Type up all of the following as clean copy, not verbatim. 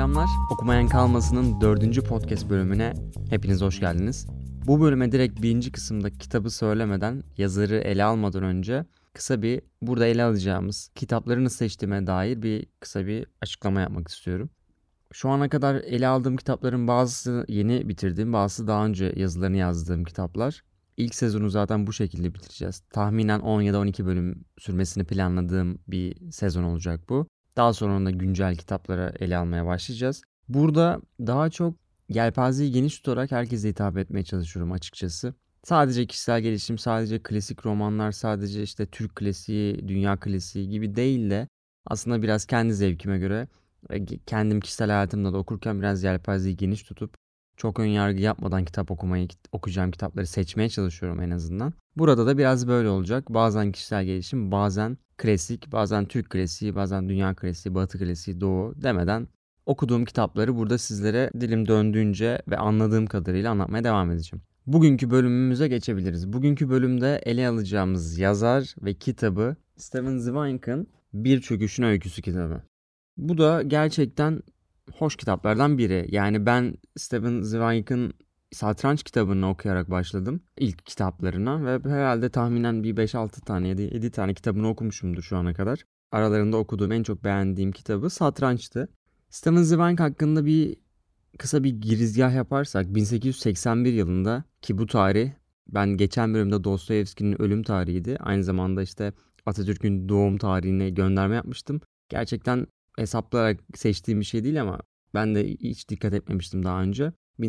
Selamlar. Okumayan Kalmasın'ın 4. podcast bölümüne hepiniz hoş geldiniz. Bu bölüme direkt birinci kısımda kitabı söylemeden, yazarı ele almadan önce kısa bir burada ele alacağımız kitaplarını seçtiğime dair kısa bir açıklama yapmak istiyorum. Şu ana kadar ele aldığım kitapların bazısı yeni bitirdiğim, bazısı daha önce yazılarını yazdığım kitaplar. İlk sezonu zaten bu şekilde bitireceğiz. Tahminen 10 ya da 12 bölüm sürmesini planladığım bir sezon olacak bu. Daha sonra da güncel kitaplara ele almaya başlayacağız. Burada daha çok yelpazeyi geniş tutarak herkese hitap etmeye çalışıyorum açıkçası. Sadece kişisel gelişim, sadece klasik romanlar, sadece işte Türk klasiği, dünya klasiği gibi değil de aslında biraz kendi zevkime göre kendim kişisel hayatımda da okurken biraz yelpazeyi geniş tutup çok ön yargı yapmadan okuyacağım kitapları seçmeye çalışıyorum en azından. Burada da biraz böyle olacak. Bazen kişisel gelişim, bazen klasik, bazen Türk klasiği, bazen dünya klasiği, batı klasiği, doğu demeden okuduğum kitapları burada sizlere dilim döndüğünce ve anladığım kadarıyla anlatmaya devam edeceğim. Bugünkü bölümümüze geçebiliriz. Bugünkü bölümde ele alacağımız yazar ve kitabı Stephen Zweig'ın Bir Çöküşün Öyküsü kitabı. Bu da gerçekten hoş kitaplardan biri. Yani ben Stephen Zweig'ın Satranç kitabını okuyarak başladım ilk kitaplarına ve herhalde tahminen bir 5-6 tane ya da 7 tane kitabını okumuşumdur şu ana kadar. Aralarında okuduğum en çok beğendiğim kitabı Satranç'tı. Stephen Zweig hakkında kısa bir girizgah yaparsak 1881 yılında ki bu tarih ben geçen bölümde Dostoyevski'nin ölüm tarihiydi. Aynı zamanda işte Atatürk'ün doğum tarihine gönderme yapmıştım. Gerçekten hesaplayarak seçtiğim bir şey değil ama ben de hiç dikkat etmemiştim daha önce.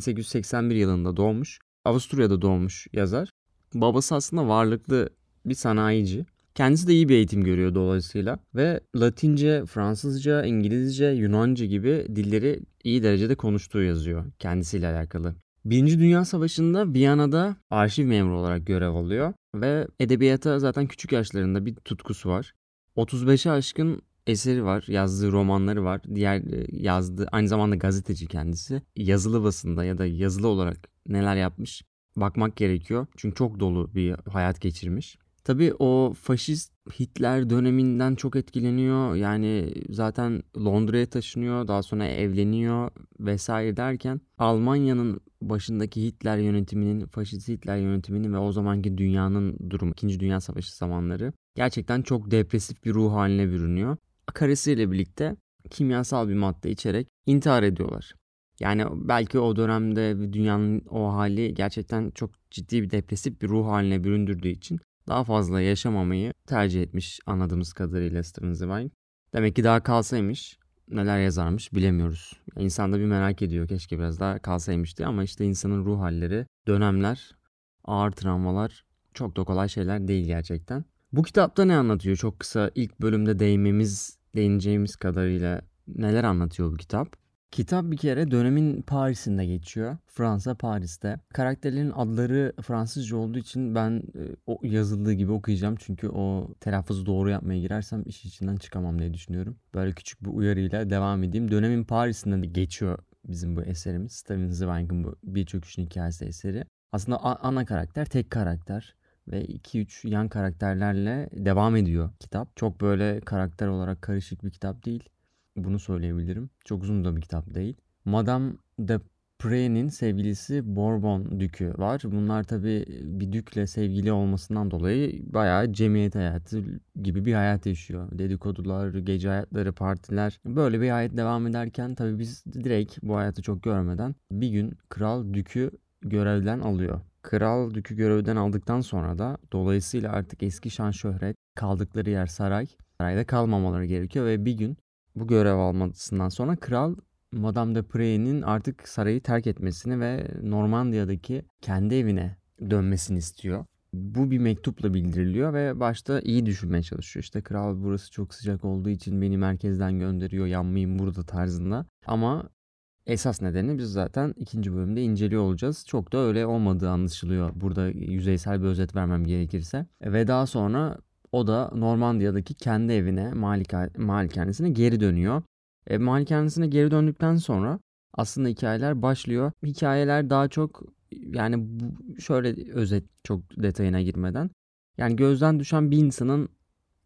1881 yılında doğmuş. Avusturya'da doğmuş yazar. Babası aslında varlıklı bir sanayici. Kendisi de iyi bir eğitim görüyor dolayısıyla. Ve Latince, Fransızca, İngilizce, Yunanca gibi dilleri iyi derecede konuştuğu yazıyor kendisiyle alakalı. Birinci Dünya Savaşı'nda Viyana'da arşiv memuru olarak görev alıyor. Ve edebiyata zaten küçük yaşlarında bir tutkusu var. 35'e aşkın eseri var, yazdığı romanları var. Yazdığı aynı zamanda gazeteci kendisi. Yazılı basında ya da yazılı olarak neler yapmış bakmak gerekiyor. Çünkü çok dolu bir hayat geçirmiş. Tabii o faşist Hitler döneminden çok etkileniyor. Yani zaten Londra'ya taşınıyor, daha sonra evleniyor vesaire derken Almanya'nın başındaki Hitler yönetiminin, faşist Hitler yönetiminin ve o zamanki dünyanın durumu, 2. Dünya Savaşı zamanları gerçekten çok depresif bir ruh haline bürünüyor. Karısıyla birlikte kimyasal bir madde içerek intihar ediyorlar. Yani belki o dönemde dünyanın o hali gerçekten çok ciddi bir depresif bir ruh haline büründürdüğü için daha fazla yaşamamayı tercih etmiş anladığımız kadarıyla Stephen Zweig. Demek ki daha kalsaymış neler yazarmış bilemiyoruz. İnsan da bir merak ediyor keşke biraz daha kalsaymış diye ama işte insanın ruh halleri, dönemler, ağır travmalar çok da kolay şeyler değil gerçekten. Bu kitapta ne anlatıyor? Çok kısa ilk bölümde değineceğimiz kadarıyla neler anlatıyor bu kitap? Kitap bir kere dönemin Paris'inde geçiyor. Fransa, Paris'te. Karakterlerin adları Fransızca olduğu için ben o yazıldığı gibi okuyacağım. Çünkü o telaffuzu doğru yapmaya girersem iş içinden çıkamam diye düşünüyorum. Böyle küçük bir uyarıyla devam edeyim. Dönemin Paris'inde de geçiyor bizim bu eserimiz. Stephen Zweig'ın bu Bir Çöküşün Hikayesi eseri. Aslında ana karakter tek karakter ve 2-3 yan karakterlerle devam ediyor kitap. Çok böyle karakter olarak karışık bir kitap değil. Bunu söyleyebilirim. Çok uzun da bir kitap değil. Madame de Prey'nin sevgilisi Bourbon Dükü var. Bunlar tabii bir dükle sevgili olmasından dolayı bayağı cemiyet hayatı gibi bir hayat yaşıyor. Dedikodular, gece hayatları, partiler. Böyle bir hayat devam ederken tabii biz direkt bu hayatı çok görmeden bir gün Kral Dükü görevden alıyor. Kral Dükü görevden aldıktan sonra da dolayısıyla artık eski şan şöhret kaldıkları yer saray. Sarayda kalmamaları gerekiyor ve bir gün bu görev almasından sonra kral Madame de Prey'nin artık sarayı terk etmesini ve Normandiya'daki kendi evine dönmesini istiyor. Bu bir mektupla bildiriliyor ve başta iyi düşünmeye çalışıyor. İşte kral burası çok sıcak olduğu için beni merkezden gönderiyor, yanmayayım burada tarzında. Ama esas nedeni biz zaten 2. bölümde inceliyor olacağız. Çok da öyle olmadığı anlaşılıyor. Burada yüzeysel bir özet vermem gerekirse. Ve daha sonra o da Normandiya'daki kendi evine, malikanesine geri dönüyor. Malikanesine geri döndükten sonra aslında hikayeler başlıyor. Hikayeler daha çok yani şöyle özet çok detayına girmeden. Yani gözden düşen bir insanın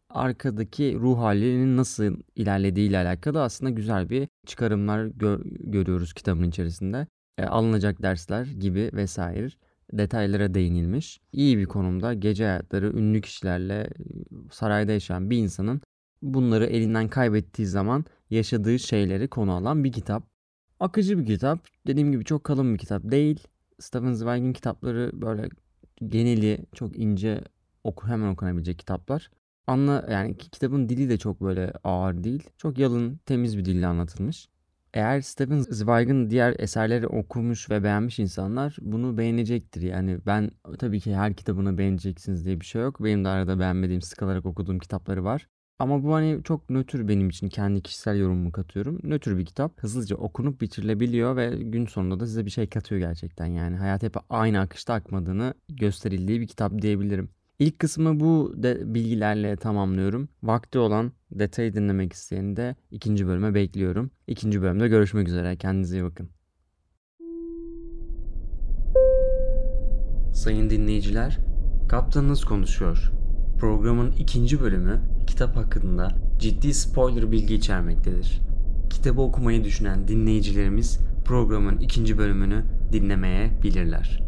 arkadaki ruh halinin nasıl ilerlediği ile alakalı aslında güzel bir çıkarımlar görüyoruz kitabın içerisinde. Alınacak dersler gibi vesaire detaylara değinilmiş. İyi bir konumda gece hayatları ünlü kişilerle sarayda yaşayan bir insanın bunları elinden kaybettiği zaman yaşadığı şeyleri konu alan bir kitap. Akıcı bir kitap. Dediğim gibi çok kalın bir kitap değil. Stephen Zweig'in kitapları böyle geneli çok ince hemen okunabilecek kitaplar. Yani kitabın dili de çok böyle ağır değil. Çok yalın, temiz bir dille anlatılmış. Eğer Stephen Zweig'in diğer eserleri okumuş ve beğenmiş insanlar bunu beğenecektir. Yani ben tabii ki her kitabını beğeneceksiniz diye bir şey yok. Benim de arada beğenmediğim, sıkılarak okuduğum kitapları var. Ama bu hani çok nötr benim için. Kendi kişisel yorumumu katıyorum. Nötr bir kitap. Hızlıca okunup bitirilebiliyor ve gün sonunda da size bir şey katıyor gerçekten. Yani hayat hep aynı akışta akmadığını gösterildiği bir kitap diyebilirim. İlk kısmı bu bilgilerle tamamlıyorum. Vakti olan, detayı dinlemek isteyeni de ikinci bölüme bekliyorum. İkinci bölümde görüşmek üzere. Kendinize iyi bakın. Sayın dinleyiciler, Kaptanınız konuşuyor. Programın ikinci bölümü kitap hakkında ciddi spoiler bilgi içermektedir. Kitabı okumayı düşünen dinleyicilerimiz programın ikinci bölümünü dinlemeyebilirler.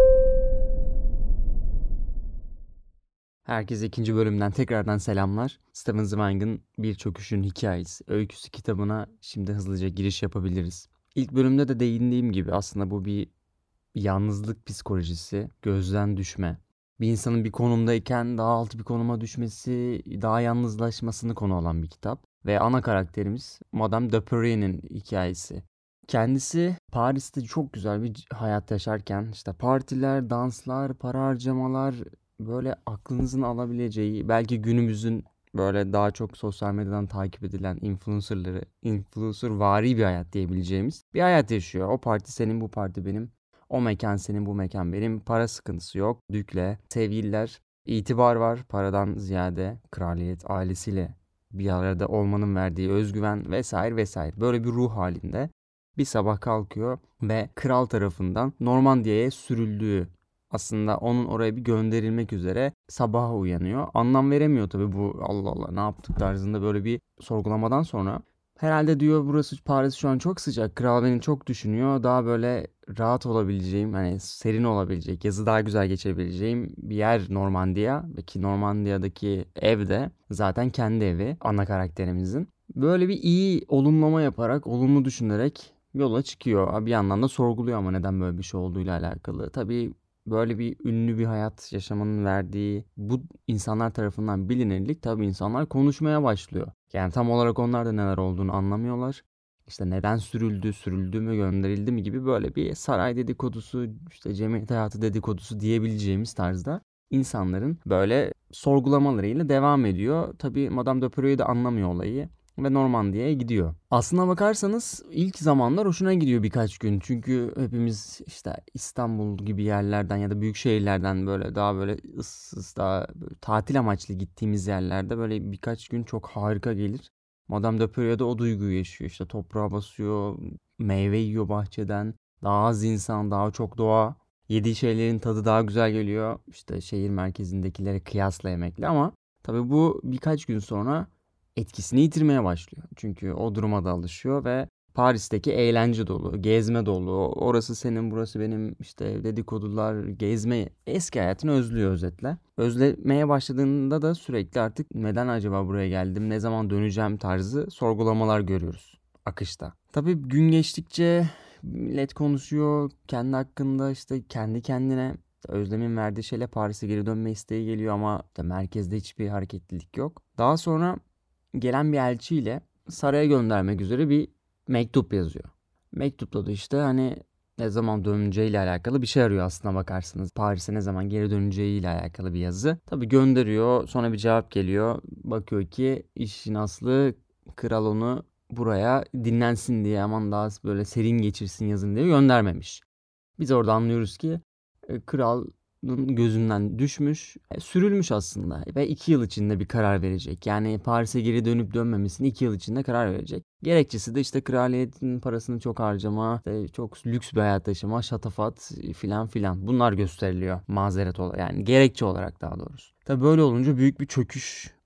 Herkese ikinci bölümden tekrardan selamlar. Stephen Zweig'in Bir Çöküşün Hikayesi öyküsü kitabına şimdi hızlıca giriş yapabiliriz. İlk bölümde de değindiğim gibi aslında bu bir yalnızlık psikolojisi, gözden düşme. Bir insanın bir konumdayken daha altı bir konuma düşmesi, daha yalnızlaşmasını konu alan bir kitap. Ve ana karakterimiz Madame de Poirier'in hikayesi. Kendisi Paris'te çok güzel bir hayat yaşarken işte partiler, danslar, para harcamalar, böyle aklınızın alabileceği, belki günümüzün böyle daha çok sosyal medyadan takip edilen influencervari bir hayat diyebileceğimiz bir hayat yaşıyor. O parti senin, bu parti benim. O mekan senin, bu mekan benim. Para sıkıntısı yok. Dükle, sevgililer, itibar var. Paradan ziyade kraliyet ailesiyle bir arada olmanın verdiği özgüven vesaire vesaire. Böyle bir ruh halinde bir sabah kalkıyor ve kral tarafından Normandiya'ya sürüldüğü, aslında onun oraya bir gönderilmek üzere sabaha uyanıyor. Anlam veremiyor tabii, bu Allah Allah ne yaptık tarzında böyle bir sorgulamadan sonra. Herhalde diyor burası Paris şu an çok sıcak. Kral beni çok düşünüyor. Daha böyle rahat olabileceğim, hani serin olabilecek, yazı daha güzel geçirebileceğim bir yer Normandiya. Ve ki Normandiya'daki ev de zaten kendi evi ana karakterimizin. Böyle bir iyi olumlama yaparak, olumlu düşünerek yola çıkıyor. Bir yandan da sorguluyor ama neden böyle bir şey olduğuyla alakalı. Tabii böyle bir ünlü bir hayat yaşamanın verdiği bu insanlar tarafından bilinirlik, tabii insanlar konuşmaya başlıyor. Yani tam olarak onlar da neler olduğunu anlamıyorlar. İşte neden sürüldü mü, gönderildi mi gibi böyle bir saray dedikodusu, işte cemiyet hayatı dedikodusu diyebileceğimiz tarzda insanların böyle sorgulamalarıyla devam ediyor. Tabii Madame de Poirier de anlamıyor olayı ve Normandiya'ya gidiyor. Aslına bakarsanız ilk zamanlar hoşuna gidiyor birkaç gün. Çünkü hepimiz işte İstanbul gibi yerlerden ya da büyük şehirlerden böyle daha böyle ıssız, daha böyle tatil amaçlı gittiğimiz yerlerde böyle birkaç gün çok harika gelir. Madame de Poirier de o duyguyu yaşıyor. İşte toprağa basıyor, meyve yiyor bahçeden. Daha az insan, daha çok doğa. Yediği şeylerin tadı daha güzel geliyor. İşte şehir merkezindekilere kıyasla yemekle, ama tabii bu birkaç gün sonra etkisini yitirmeye başlıyor. Çünkü o duruma da alışıyor ve Paris'teki eğlence dolu, gezme dolu, orası senin, burası benim, işte dedikodular, gezme, eski hayatını özlüyor özetle. Özlemeye başladığında da sürekli artık neden acaba buraya geldim, ne zaman döneceğim tarzı sorgulamalar görüyoruz akışta. Tabii gün geçtikçe millet konuşuyor kendi hakkında, işte kendi kendine. Özlem'in verdiği şeyle Paris'e geri dönme isteği geliyor ama işte merkezde hiçbir hareketlilik yok. Daha sonra gelen bir elçiyle saraya göndermek üzere bir mektup yazıyor. Mektupta da işte hani ne zaman döneceğiyle alakalı bir şey arıyor aslına bakarsınız. Paris'e ne zaman geri döneceğiyle alakalı bir yazı. Tabii gönderiyor, sonra bir cevap geliyor. Bakıyor ki işin aslı kral onu buraya dinlensin diye, aman daha böyle serin geçirsin yazın diye göndermemiş. Biz orada anlıyoruz ki kralın gözünden düşmüş, sürülmüş aslında ve 2 yıl içinde bir karar verecek. Yani Paris'e geri dönüp dönmemesini 2 yıl içinde karar verecek. Gerekçesi de işte kraliyetin parasını çok harcama, işte çok lüks bir hayat yaşama, şatafat filan filan. Bunlar gösteriliyor mazeret olarak, yani gerekçe olarak daha doğrusu. Tabii böyle olunca büyük bir çöküş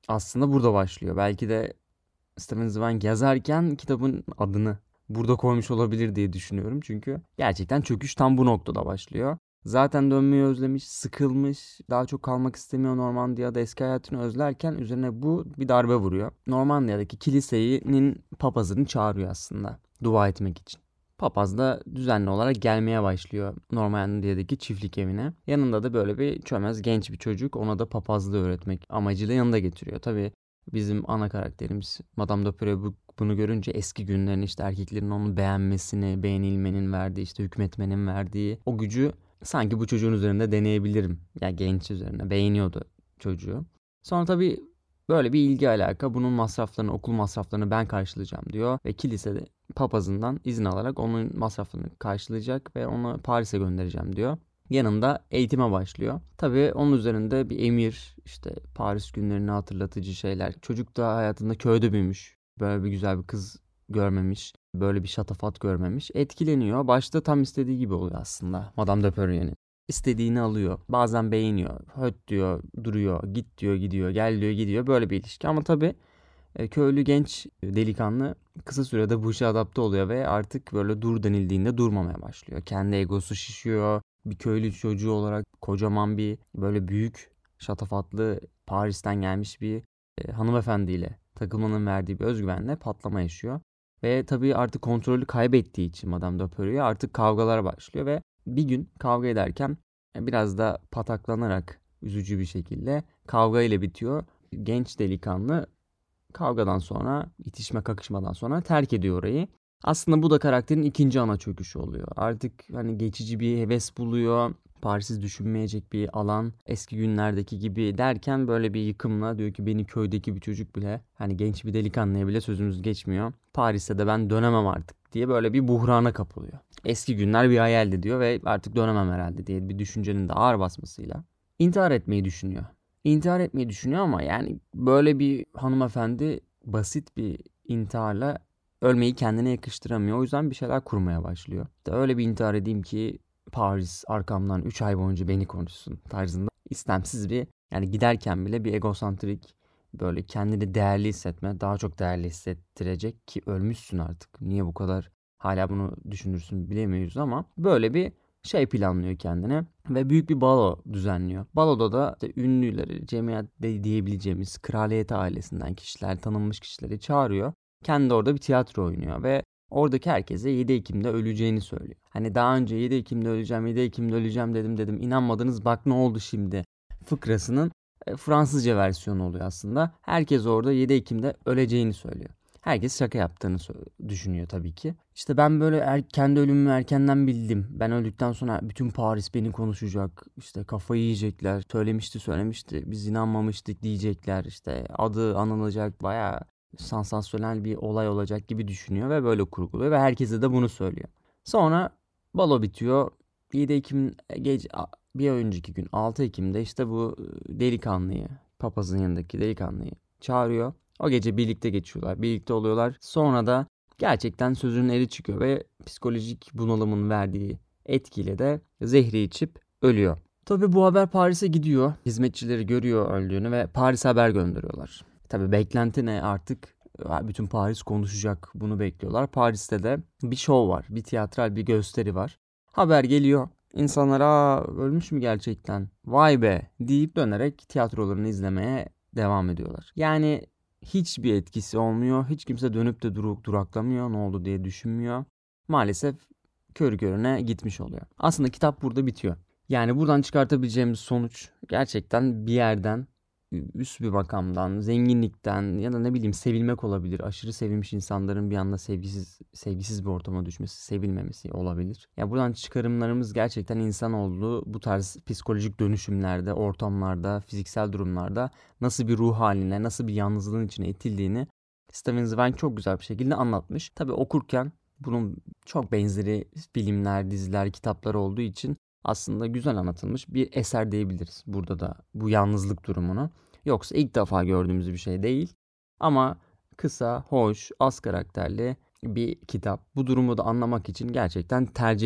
aslında burada başlıyor. Belki de Steven Zweig yazarken kitabın adını burada koymuş olabilir diye düşünüyorum. Çünkü gerçekten çöküş tam bu noktada başlıyor. Zaten dönmeyi özlemiş, sıkılmış, daha çok kalmak istemiyor Normandiya'da, eski hayatını özlerken üzerine bu bir darbe vuruyor. Normandiya'daki kilisenin papazını çağırıyor aslında dua etmek için. Papaz da düzenli olarak gelmeye başlıyor Normandiya'daki çiftlik evine. Yanında da böyle bir çömez genç bir çocuk, ona da papazlığı öğretmek amacıyla yanında getiriyor. Tabii bizim ana karakterimiz Madame de Pré bunu görünce eski günlerin işte erkeklerin onu beğenmesini, beğenilmenin verdiği, işte hükmetmenin verdiği o gücü sanki bu çocuğun üzerinde deneyebilirim. Yani genç üzerine beğeniyordu çocuğu. Sonra tabii böyle bir ilgi alaka, bunun masraflarını, okul masraflarını ben karşılayacağım diyor ve kilisede papazından izin alarak onun masraflarını karşılayacak ve onu Paris'e göndereceğim diyor. Yanında eğitime başlıyor. Tabii onun üzerinde bir emir, işte Paris günlerini hatırlatıcı şeyler. Çocuk da hayatında köyde büyümüş. Böyle bir güzel bir kız görmemiş. Böyle bir şatafat görmemiş. Etkileniyor. Başta tam istediği gibi oluyor aslında Madame de Perrier'in. İstediğini alıyor. Bazen beğeniyor. Höt diyor, duruyor. Git diyor, gidiyor. Gel diyor, gidiyor. Böyle bir ilişki. Ama tabii köylü genç delikanlı kısa sürede bu işe adapte oluyor ve artık böyle dur denildiğinde durmamaya başlıyor. Kendi egosu şişiyor. Bir köylü çocuğu olarak kocaman bir böyle büyük şatafatlı Paris'ten gelmiş bir hanımefendiyle takılmanın verdiği bir özgüvenle patlama yaşıyor. Ve tabii artık kontrolü kaybettiği için Madame de Perrier artık kavgalara başlıyor ve bir gün kavga ederken biraz da pataklanarak üzücü bir şekilde kavga ile bitiyor. Genç delikanlı kavgadan sonra, itişme kakışmadan sonra terk ediyor orayı. Aslında bu da karakterin ikinci ana çöküşü oluyor. Artık hani geçici bir heves buluyor. Paris'i düşünmeyecek bir alan. Eski günlerdeki gibi derken böyle bir yıkımla diyor ki beni köydeki bir çocuk bile, hani genç bir delikanlıya bile sözümüz geçmiyor. Paris'e de ben dönemem artık diye böyle bir buhrana kapılıyor. Eski günler bir hayaldi diyor ve artık dönemem herhalde diye bir düşüncenin de ağır basmasıyla intihar etmeyi düşünüyor. İntihar etmeyi düşünüyor ama yani böyle bir hanımefendi basit bir intiharla ölmeyi kendine yakıştıramıyor. O yüzden bir şeyler kurmaya başlıyor. İşte öyle bir intihar edeyim ki Paris arkamdan 3 ay boyunca beni konuşsun tarzında istemsiz bir, yani giderken bile bir egosantrik, böyle kendini değerli hissetme, daha çok değerli hissettirecek ki ölmüşsün artık. Niye bu kadar hala bunu düşünürsün bilemiyoruz ama böyle bir şey planlıyor kendine ve büyük bir balo düzenliyor. Baloda da işte ünlüleri, cemiyette diyebileceğimiz kraliyet ailesinden kişiler, tanınmış kişileri çağırıyor. Kendi orada bir tiyatro oynuyor ve oradaki herkese 7 Ekim'de öleceğini söylüyor. Hani daha önce 7 Ekim'de öleceğim, 7 Ekim'de öleceğim dedim. İnanmadınız, bak ne oldu şimdi fıkrasının Fransızca versiyonu oluyor aslında. Herkes orada 7 Ekim'de öleceğini söylüyor. Herkes şaka yaptığını düşünüyor tabii ki. İşte ben böyle kendi ölümümü erkenden bildim. Ben öldükten sonra bütün Paris beni konuşacak. İşte kafayı yiyecekler. Söylemişti. Biz inanmamıştık diyecekler. İşte adı anılacak. Bayağı sansasyonel bir olay olacak gibi düşünüyor ve böyle kurguluyor ve herkese de bunu söylüyor. Sonra balo bitiyor. 7 Ekim gece, bir önceki gün 6 Ekim'de işte bu delikanlıyı, papazın yanındaki delikanlıyı çağırıyor. O gece birlikte geçiyorlar, birlikte oluyorlar. Sonra da gerçekten sözünün eri çıkıyor ve psikolojik bunalımın verdiği etkiyle de zehri içip ölüyor. Tabii bu haber Paris'e gidiyor. Hizmetçileri görüyor öldüğünü ve Paris'e haber gönderiyorlar. Tabii beklenti ne artık? Bütün Paris konuşacak, bunu bekliyorlar. Paris'te de bir şov var, bir tiyatral bir gösteri var. Haber geliyor. İnsanlar ölmüş mü gerçekten? Vay be deyip dönerek tiyatrolarını izlemeye devam ediyorlar. Yani hiçbir etkisi olmuyor. Hiç kimse dönüp de duraklamıyor. Ne oldu diye düşünmüyor. Maalesef körü körüne gitmiş oluyor. Aslında kitap burada bitiyor. Yani buradan çıkartabileceğimiz sonuç gerçekten bir yerden, üst bir makamdan, zenginlikten ya da ne bileyim sevilmek olabilir. Aşırı sevilmiş insanların bir anda sevgisiz bir ortama düşmesi, sevilmemesi olabilir. Ya buradan çıkarımlarımız gerçekten insanoğlu bu tarz psikolojik dönüşümlerde, ortamlarda, fiziksel durumlarda nasıl bir ruh haline, nasıl bir yalnızlığın içine itildiğini Steven Zweig çok güzel bir şekilde anlatmış. Tabii okurken bunun çok benzeri filmler, diziler, kitaplar olduğu için aslında güzel anlatılmış bir eser diyebiliriz burada da bu yalnızlık durumunu. Yoksa ilk defa gördüğümüz bir şey değil. Ama kısa, hoş, az karakterli bir kitap. Bu durumu da anlamak için gerçekten tercih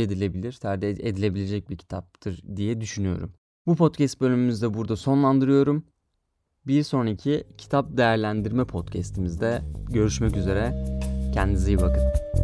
edilebilecek bir kitaptır diye düşünüyorum. Bu podcast bölümümüzü de burada sonlandırıyorum. Bir sonraki kitap değerlendirme podcast'imizde görüşmek üzere. Kendinize iyi bakın.